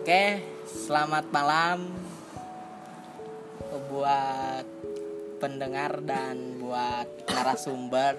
Oke, selamat malam buat pendengar dan buat narasumber.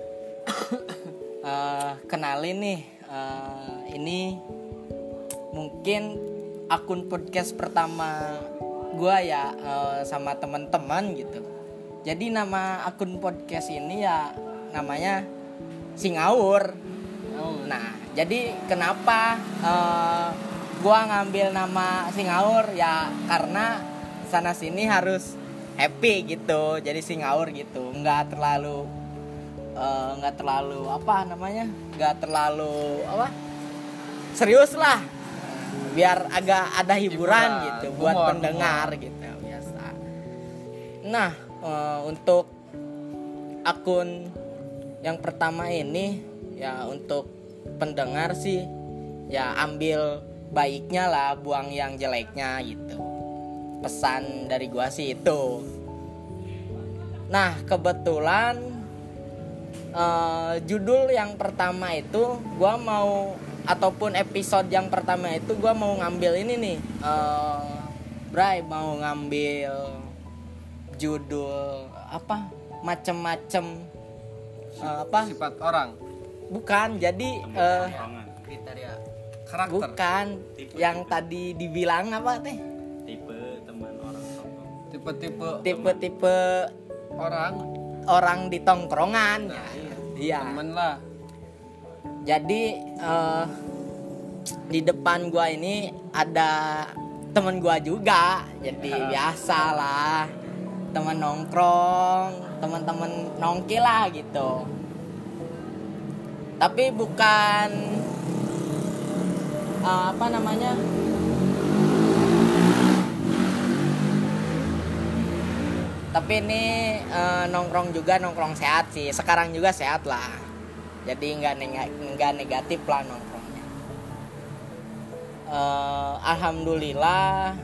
Kenalin nih, ini mungkin akun podcast pertama gue ya, sama teman-teman gitu. Jadi nama akun podcast ini ya namanya Singaur. Nah, jadi kenapa gua ngambil nama Singaur ya karena sana sini harus happy gitu. Jadi Singaur gitu. Nggak terlalu serius lah. Biar agak ada hiburan gitu buat pendengar gitu biasa. Nah, untuk akun yang pertama ini ya untuk pendengar sih ya ambil baiknya lah, buang yang jeleknya gitu. Pesan dari gua sih itu. Nah, kebetulan judul yang pertama itu gua mau, ataupun episode yang pertama itu gua mau ngambil ini nih, Bray mau ngambil judul apa? Macem-macem sifat orang. Bukan, jadi Kriteria karakter. bukan tipe, yang tadi dibilang apa teh? Tipe teman orang tongkrong. Tipe orang di tongkrongan. Nah, iya. Temen lah. Jadi di depan gua ini ada temen gua juga. Jadi biasalah, teman nongkrong, teman-teman nongki lah gitu. Tapi bukan tapi ini nongkrong juga, nongkrong sehat sih. Sekarang juga sehat lah. Jadi nggak negatif lah nongkrongnya. Alhamdulillah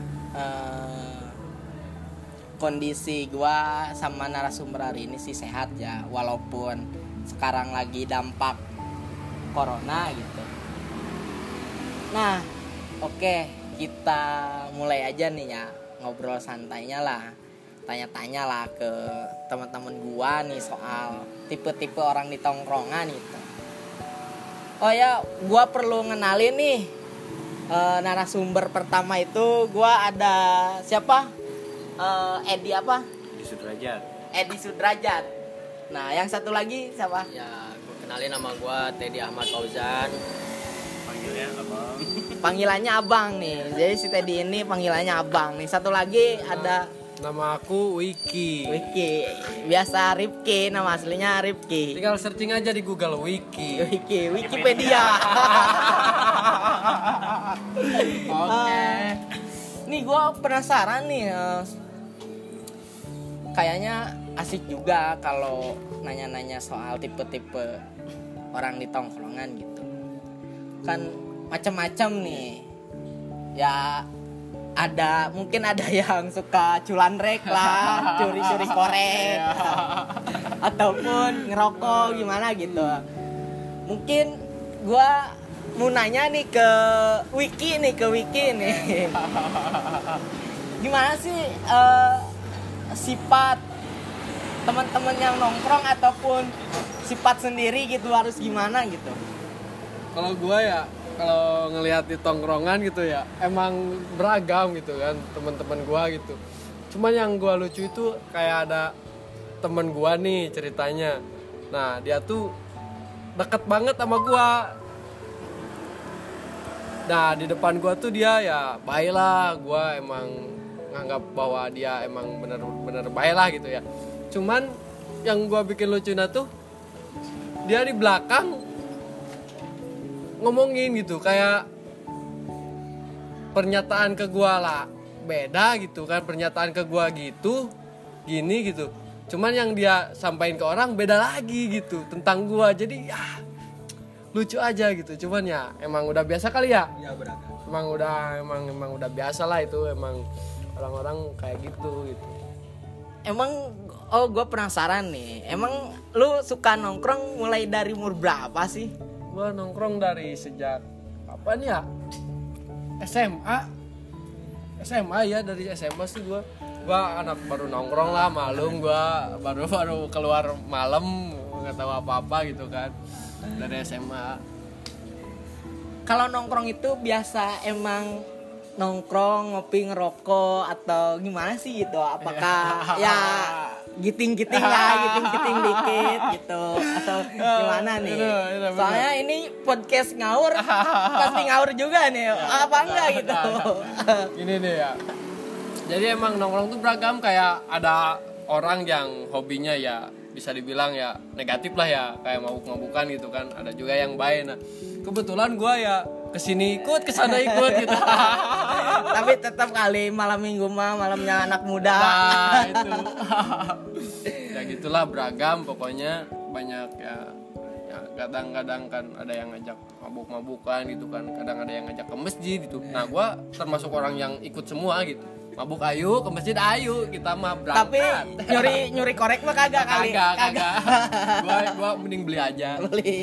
kondisi gua sama narasumber hari ini sih sehat ya, walaupun sekarang lagi dampak corona gitu. Nah, oke, kita mulai aja nih ya, ngobrol santainya lah. Tanya-tanya lah ke teman-teman gua nih soal tipe-tipe orang di tongkrongan gitu. Oh ya, gua perlu ngenalin nih narasumber pertama itu. Gua ada siapa? Edi apa? Edi Sudrajat. Nah, yang satu lagi siapa? Ya, gue kenalin, nama gue Teddy Ahmad Fauzan. Panggilnya abang. Panggilannya abang nih. Jadi si Teddy ini panggilannya abang nih. Satu lagi ada Nama aku Wiki. biasa Rifki, nama aslinya Rifki. Tinggal searching aja di Google Wikipedia. Oke. Nih gue penasaran nih, kayaknya asik juga kalau nanya-nanya soal tipe-tipe orang di tongkrongan gitu. Kan macam-macam nih. Ya mungkin ada yang suka culanrek lah, curi-curi korek. Ataupun ngerokok gimana gitu. Mungkin gua mau nanya nih ke Wiki nih. Gimana sih sifat teman-teman yang nongkrong ataupun sifat sendiri gitu, harus gimana gitu? Kalau gue ya, kalau ngelihat di tongkrongan gitu ya, emang beragam gitu kan teman-teman gue gitu. Cuman yang gue lucu itu kayak ada temen gue nih ceritanya. Nah, dia tuh deket banget sama gue. Nah, di depan gue tuh dia ya baik lah. Gue emang nganggap bahwa dia emang bener-bener baik lah gitu ya. Cuman yang gue bikin lucunya tuh dia di belakang ngomongin gitu, kayak pernyataan ke gue lah beda gitu kan, pernyataan ke gue gitu gini gitu, cuman yang dia sampaikan ke orang beda lagi gitu tentang gue. Jadi ya lucu aja gitu. Cuman ya emang udah biasa kali ya. Ya beragam. Emang udah biasa lah itu, emang orang-orang kayak gitu. Emang gue penasaran nih, emang lu suka nongkrong mulai dari umur berapa sih? Gue nongkrong dari sejak kapan ya? SMA. SMA ya, dari SMA sih gua anak baru nongkrong lah, malum gua baru keluar malam nggak tahu apa-apa gitu kan dari SMA. Kalau nongkrong itu biasa emang nongkrong, ngopi, ngerokok atau gimana sih gitu? Apakah ya giting-giting dikit gitu atau gimana nih? Soalnya ini podcast ngawur, pasti ngawur juga nih. Apa enggak gitu? Ini nih ya. Jadi emang nongkrong tuh beragam, kayak ada orang yang hobinya ya bisa dibilang ya negatif lah ya, kayak mabuk-mabukan gitu kan. Ada juga yang baik. Nah, kebetulan gue ya kesini ikut, kesana ikut gitu. Tapi tetap kali malam minggu mah malamnya anak muda. Nah, itu. Ya gitulah, beragam pokoknya, banyak ya. Ya kadang-kadang kan ada yang ngajak mabuk-mabukan gitu kan. Kadang ada yang ngajak ke masjid gitu. Nah, gue termasuk orang yang ikut semua gitu. Mabuk ayu, ke masjid ayu, kita mah berangkat. Tapi nyuri korek mah kagak kali. Kagak. Gua mending beli aja. Beli.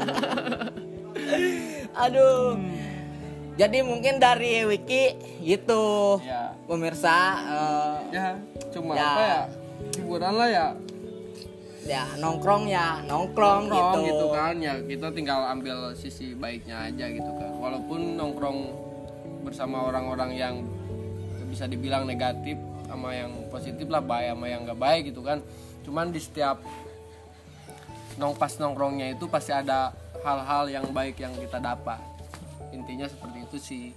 Aduh. Jadi mungkin dari Wiki gitu. Ya. Pemirsa Ya, cuma ya. apa ya? Hiburan lah ya. Ya nongkrong Gitu kan. Ya, kita tinggal ambil sisi baiknya aja gitu kan. Walaupun nongkrong bersama orang-orang yang bisa dibilang negatif sama yang positif lah, baik sama yang nggak baik gitu kan. Cuman di setiap nongkrongnya itu pasti ada hal-hal yang baik yang kita dapat. Intinya seperti itu sih.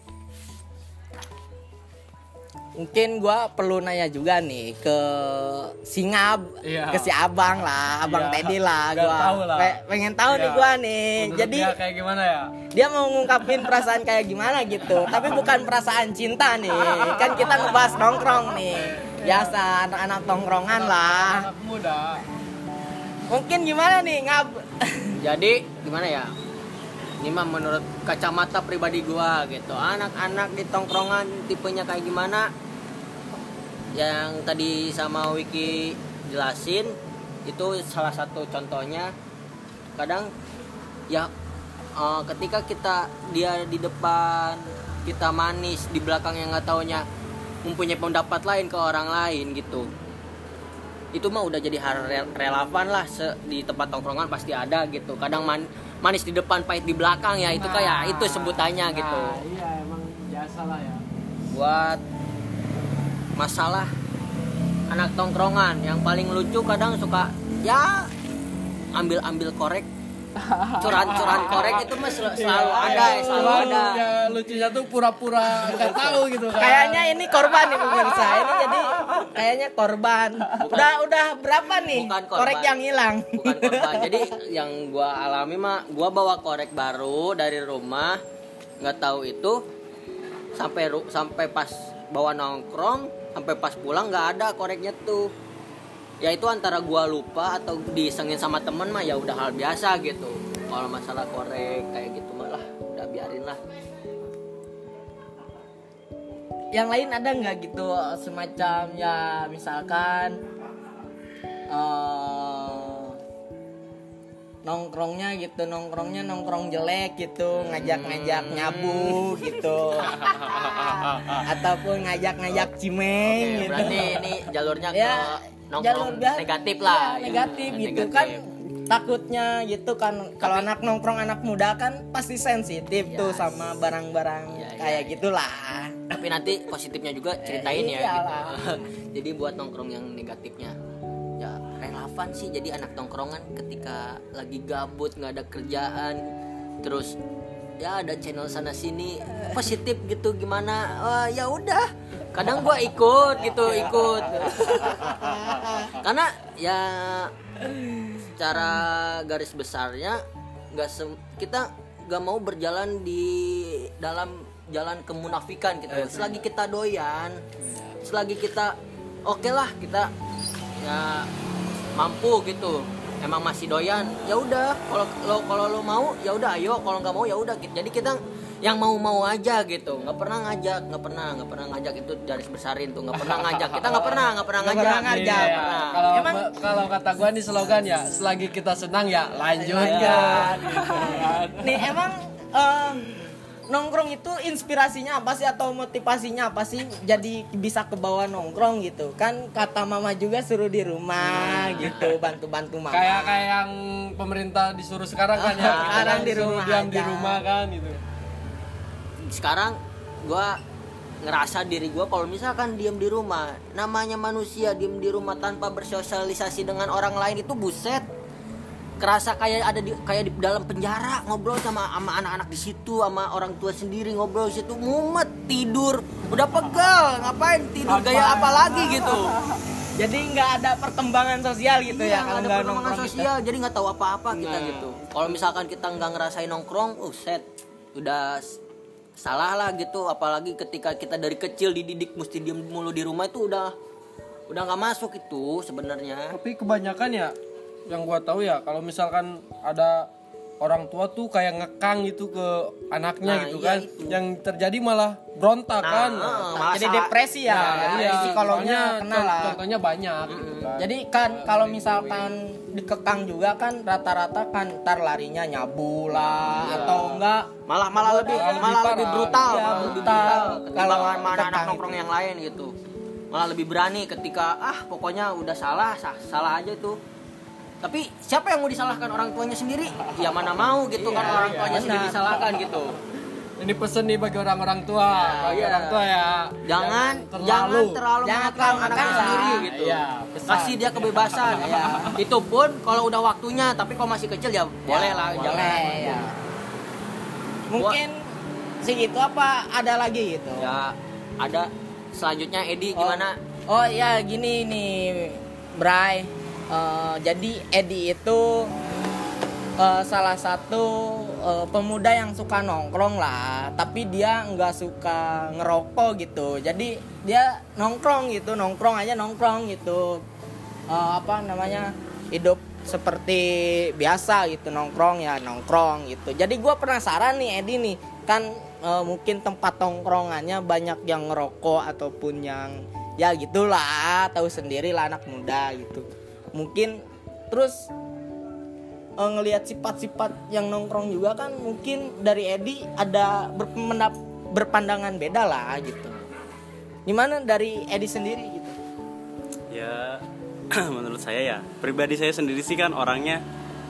Mungkin gua perlu nanya juga nih ke Singab, Iya. ke si Abang lah, Abang Iya. Teddy lah. Nggak Gua tahu lah. pengen tahu Iya. nih gua nih. Menurut Jadi dia kayak gimana ya? dia mau ngungkapin perasaan kayak gimana gitu, tapi bukan perasaan cinta nih. Kan kita ngebahas nongkrong nih. Biasa anak-anak tongkrongan lah. Anak muda. Mungkin gimana nih, Ngab? Jadi gimana ya? Ini mah menurut kacamata pribadi gua gitu. Anak-anak di tongkrongan tipenya kayak gimana? Yang tadi sama Wiki jelasin itu salah satu contohnya. Kadang ya ketika dia di depan kita manis, di belakang yang nggak taunya mempunyai pendapat lain ke orang lain gitu. Itu mah udah jadi hal relevan lah, di tempat tongkrongan pasti ada gitu. Kadang manis di depan, pahit di belakang ya, itu kayak itu sebutannya gitu. Iya, emang biasa lah ya. Buat masalah anak tongkrongan yang paling lucu kadang suka ya ambil korek, curan korek itu mah selalu ada ya, selalu ada. Ya, lucunya tuh pura-pura nggak tahu gitu kan. Kayaknya ini korban nih pemirsa. Ini jadi kayaknya korban. Udah berapa nih Bukan korban. korek yang hilang? Bukan korban. Jadi yang gua alami mah gua bawa korek baru dari rumah, nggak tahu itu sampai pas bawa nongkrong, sampai pas pulang nggak ada koreknya tuh. Ya itu antara gua lupa atau disengin sama temen mah ya udah hal biasa gitu. Kalau masalah korek kayak gitu malah udah biarin lah. Yang lain ada nggak gitu semacam ya misalkan nongkrongnya nongkrong jelek gitu, ngajak nyabu gitu, ataupun ngajak cimeng gitu. Berarti ini jalurnya ke Ya, nongkrong biasa. negatif lah. Ya, negatif Ya, gitu negatif. kan. Takutnya gitu kan kalau anak nongkrong anak muda kan pasti sensitif tuh sama barang-barang Ya, kayak ya. gitulah. Tapi nanti positifnya juga ceritain ya gitu. Iyalah. Jadi buat nongkrong yang negatifnya ya relevan sih. Jadi anak tongkrongan ketika lagi gabut nggak ada kerjaan, terus ya ada channel sana sini positif gitu gimana, ya udah kadang gua ikut karena ya cara garis besarnya kita nggak mau berjalan di dalam jalan kemunafikan gitu. Selagi kita doyan, selagi kita oke lah, kita ya mampu gitu, emang masih doyan, ya udah. Kalau lo mau ya udah ayo, kalau nggak mau ya udah. Jadi kita yang mau aja gitu, nggak pernah ngajak itu garis besarin tuh, nggak pernah ngajak, kita nggak pernah ngajak. Iya, Emang- kalau kata gua nih slogan ya, selagi kita senang ya lanjutkan. Nih emang nongkrong itu inspirasinya apa sih atau motivasinya apa sih jadi bisa ke bawah nongkrong gitu kan, kata mama juga suruh di rumah gitu, bantu-bantu mama kayak yang pemerintah disuruh sekarang kan ya, kita sekarang kan di disuruh rumah diam di aja. rumah kan gitu. Sekarang gue ngerasa diri gue kalau misalkan diem di rumah, namanya manusia diem di rumah tanpa bersosialisasi dengan orang lain itu buset, kerasa kayak di dalam penjara, ngobrol sama anak-anak di situ, sama orang tua sendiri ngobrol di situ, mumet, tidur udah pegal, ngapain tidur gaya apa lagi gitu. jadi nggak ada perkembangan sosial gitu Iya, ya kalau nggak ada nggak perkembangan nongkrong sosial, jadi nggak tahu apa-apa kita Nah. gitu. Kalau misalkan kita nggak ngerasain nongkrong, set udah salah lah gitu. Apalagi ketika kita dari kecil dididik mesti diem mulu di rumah, itu udah nggak masuk itu sebenarnya. Tapi kebanyakan ya yang gua tahu ya, kalau misalkan ada orang tua tuh kayak ngekang gitu ke anaknya Nah, gitu iya kan, itu. yang terjadi malah berontak kan. malah jadi salah. depresi ya, Iya, psikolognya soalnya kena lah. contohnya banyak gitu kan. Jadi kan kalau misalkan dikekang juga kan rata-rata kan ntar larinya nyabu lah atau enggak malah lebih parah. brutal, Iya, malah lebih brutal. Kalau Kalau anak kekang nongkrong yang lain gitu, malah lebih berani ketika pokoknya udah salah aja itu. Tapi siapa yang mau disalahkan, orang tuanya sendiri? Ya mana mau gitu kan, orang tuanya sendiri disalahkan gitu. Ini pesen nih bagi orang-orang tua, bagi iya. orang tua ya. Jangan jangan terlalu mengekang anaknya mengekang. sendiri gitu. Iya, pesan. Kasih dia kebebasan. Itu pun kalau udah waktunya, tapi kalau masih kecil ya boleh lah, boleh jangan. ya. Mungkin segitu apa ada lagi gitu. Ya ada selanjutnya Edi gimana? Oh ya gini nih Bray. Jadi Edi itu salah satu pemuda yang suka nongkrong lah, tapi dia nggak suka ngerokok gitu. Jadi dia nongkrong gitu, apa namanya, hidup seperti biasa gitu, nongkrong gitu. Jadi gue penasaran nih Edi nih, kan mungkin tempat nongkrongannya banyak yang ngerokok ataupun yang ya gitulah, tahu sendiri lah anak muda gitu. Mungkin terus ngelihat sifat-sifat yang nongkrong juga kan, mungkin dari Edi ada berpandangan beda lah gitu. Gimana dari Edi sendiri gitu? Ya menurut saya ya, pribadi saya sendiri sih kan orangnya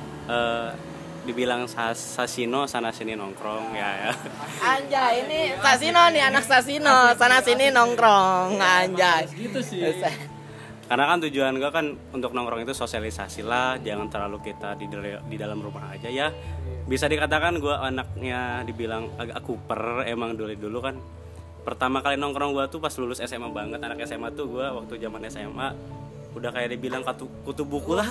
dibilang sasino sana sini nongkrong ya. Anjay, ini Sasino nih, anak Sasino, sana sini nongkrong, anjay. Gitu sih. Karena kan tujuan gue kan untuk nongkrong itu sosialisasi lah, jangan terlalu kita di dalam rumah aja ya. Bisa dikatakan gue anaknya dibilang agak kuper, emang dulu kan. Pertama kali nongkrong gue tuh pas lulus SMA banget, anak SMA tuh gue waktu zaman SMA udah kayak dibilang kutu buku lah.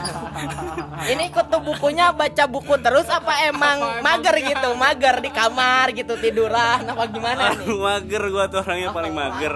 Ini kutu bukunya baca buku terus apa emang mager gitu, mager di kamar gitu tiduran apa gimana nih? Mager gue tuh orangnya paling mager.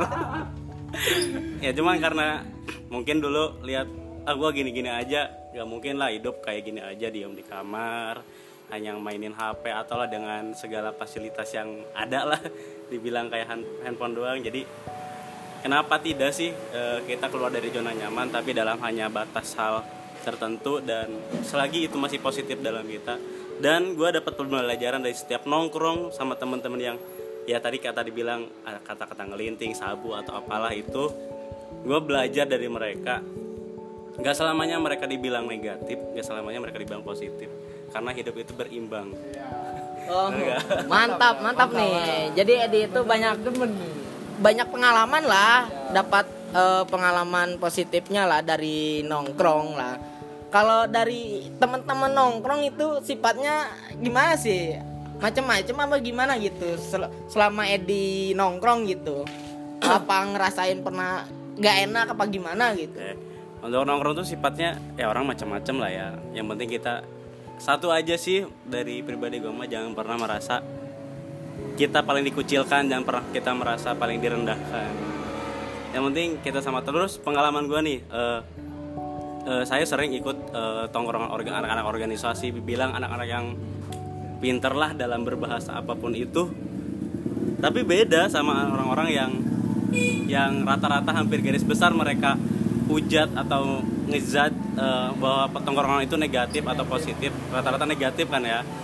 Ya cuman karena mungkin dulu lihat gue gini-gini aja, gak mungkin lah hidup kayak gini aja diam di kamar hanya mainin HP atau lah dengan segala fasilitas yang ada lah, dibilang kayak handphone doang. Jadi kenapa tidak sih kita keluar dari zona nyaman tapi dalam hanya batas hal tertentu, dan selagi itu masih positif dalam kita. Dan gue dapat pembelajaran dari setiap nongkrong sama teman-teman yang ya tadi kata dibilang kata-kata ngelinting, sabu atau apalah itu, gue belajar dari mereka. Gak selamanya mereka dibilang negatif, gak selamanya mereka dibilang positif, karena hidup itu berimbang. Oh, mantap nih. Jadi Edi itu banyak pengalaman lah, dapat pengalaman positifnya lah dari nongkrong lah. Kalau dari teman-teman nongkrong itu sifatnya gimana sih? Macem-macem apa gimana gitu selama Edi nongkrong gitu? Apa ngerasain pernah gak enak apa gimana gitu? Untuk nongkrong tuh sifatnya ya orang macam-macam lah ya. Yang penting kita satu aja sih, dari pribadi gue mah jangan pernah merasa kita paling dikucilkan, jangan pernah kita merasa paling direndahkan. Yang penting kita sama. Terus pengalaman gue nih, saya sering ikut tongkrongan anak-anak organisasi, bilang anak-anak yang pinter lah dalam berbahasa apapun itu, tapi beda sama orang-orang yang rata-rata hampir garis besar mereka hujat atau ngejat bahwa tongkrongan itu negatif atau positif. Rata-rata negatif kan ya.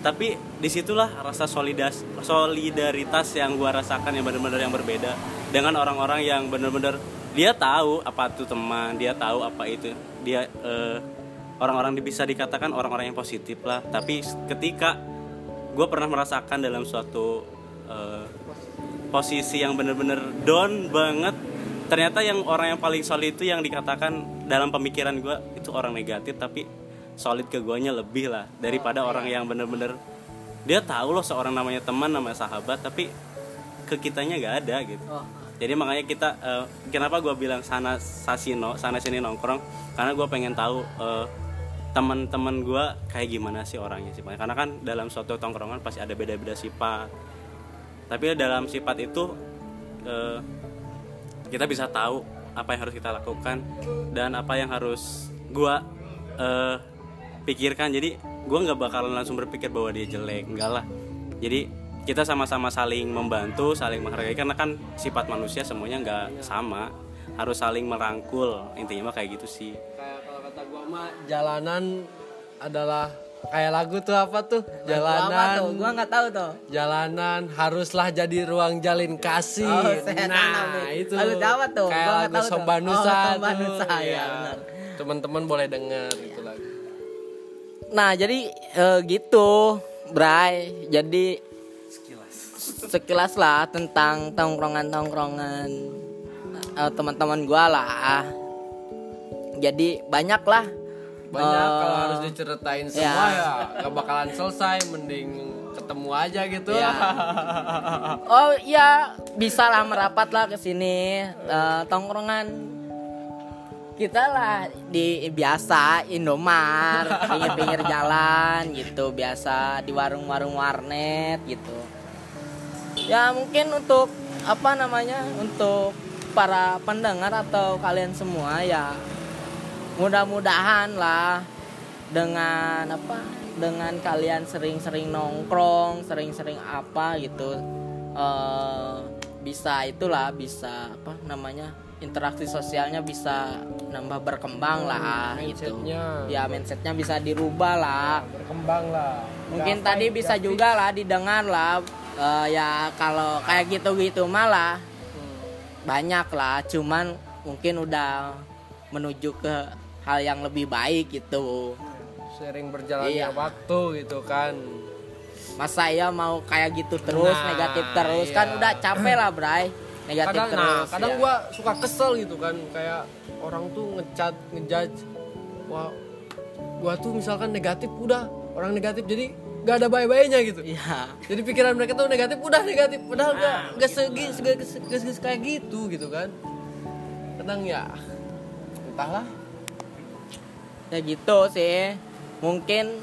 tapi disitulah rasa solidaritas yang gua rasakan yang benar-benar yang berbeda dengan orang-orang yang benar-benar dia tahu apa itu teman, dia tahu apa itu dia orang-orang bisa dikatakan orang-orang yang positif lah. Tapi ketika gua pernah merasakan dalam suatu posisi yang benar-benar down banget, ternyata yang orang yang paling solid itu yang dikatakan dalam pemikiran gua itu orang negatif, tapi solid ke guanya lebih lah daripada orang yang bener-bener dia tahu loh seorang namanya teman, namanya sahabat, tapi ke kitanya nggak ada gitu. Jadi makanya kita kenapa gue bilang sana sini nongkrong, karena gue pengen tahu teman-teman gue kayak gimana sih orangnya sih, karena kan dalam suatu tongkrongan pasti ada beda-beda sifat, tapi dalam sifat itu kita bisa tahu apa yang harus kita lakukan dan apa yang harus gue pikirkan. Jadi gue nggak bakalan langsung berpikir bahwa dia jelek, enggak lah. Jadi kita sama-sama saling membantu, saling menghargai, karena kan sifat manusia semuanya nggak sama, harus saling merangkul, intinya mah kayak gitu sih. Kayak kalau kata gue mah jalanan adalah kayak lagu tuh apa tuh, jalanan Gua nggak tahu tuh. jalanan haruslah jadi ruang jalin kasih. Nah itu lagu apa tuh? kayak Gua lagu Sobanusa Sobanusa tuh. ya, Iya. benar. Teman-teman boleh denger itu lagu. Nah jadi gitu Bray, jadi sekilas lah tentang tongkrongan teman-teman gua lah. Jadi banyak lah, Kalau harus diceritain semua ya gak bakalan selesai, mending ketemu aja gitu. Ya. Oh iya, bisa lah merapat lah ke sini, tongkrongan kita lah di biasa Indomar, pinggir-pinggir jalan gitu, biasa di warung-warung warnet gitu. Ya mungkin untuk untuk para pendengar atau kalian semua ya, mudah-mudahan lah dengan kalian sering-sering nongkrong, sering-sering apa gitu, bisa interaksi sosialnya bisa nambah berkembang lah gitu. Ya mindsetnya bisa dirubah lah, Berkembang lah. mungkin tadi bisa juga lah didengar lah, ya kalau kayak gitu-gitu malah banyak lah, cuman mungkin udah menuju ke hal yang lebih baik gitu. Sering berjalannya waktu gitu kan. Masa ya mau kayak gitu terus, negatif terus, kan udah capek lah Bray, negatif terus. Kadang ya. gua suka kesel gitu kan, kayak orang tuh ngejudge. Wah, gua tuh misalkan negatif, udah orang negatif jadi gak ada baik-baiknya gitu. Iya. Jadi pikiran mereka tuh negatif, udah negatif, padahal gak kayak gitu kan. Kadang ya entahlah. Ya gitu sih. Mungkin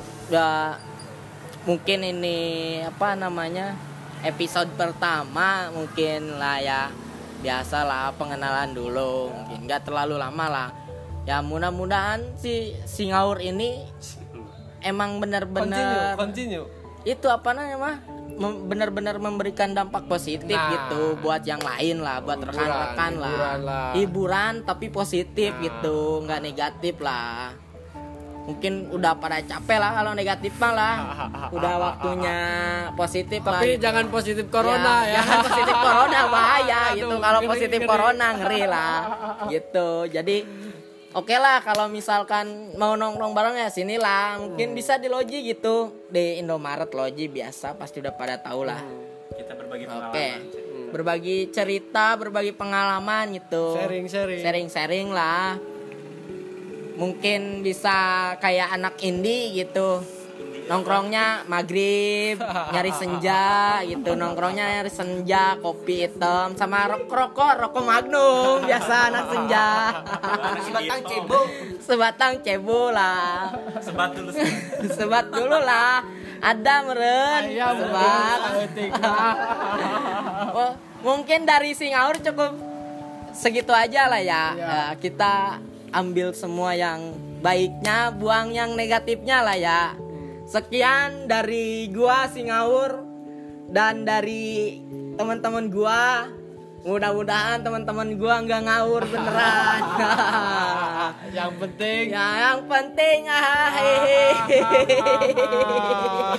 ini episode pertama mungkin lah ya, biasalah pengenalan dulu, mungkin nggak terlalu lama lah ya. Mudah-mudahan si Singaur ini emang benar-benar Continue. itu benar-benar memberikan dampak positif gitu buat yang lain lah, buat rekan-rekan lah. Hiburan tapi positif gitu, nggak negatif lah. Mungkin udah pada capek lah kalau negatif lah. Udah waktunya positif lah. Tapi gitu. jangan positif corona ya. Jangan positif corona, bahaya gitu. Aduh, Kalau ngeri, positif ngeri. corona ngeri lah. Gitu. Jadi oke lah kalau misalkan mau nongkrong bareng ya sinilah. Mungkin bisa di loji gitu. Di Indomaret loji biasa pasti udah pada tahu lah. Kita berbagi pengalaman. Oke. Berbagi cerita, berbagi pengalaman gitu. Sharing-sharing lah. Mungkin bisa kayak anak indie gitu, nongkrongnya maghrib nyari senja gitu, kopi hitam sama rokok Magnum biasa anak senja. Sebatang cebu lah. Sebat dulu lah, ada meren sebat. Mungkin dari Singaur cukup segitu aja lah ya. Kita ambil semua yang baiknya, buang yang negatifnya lah ya. Sekian dari gua Singaur dan dari teman-teman gua. Mudah-mudahan teman-teman gua nggak ngawur beneran. Yang penting Yang penting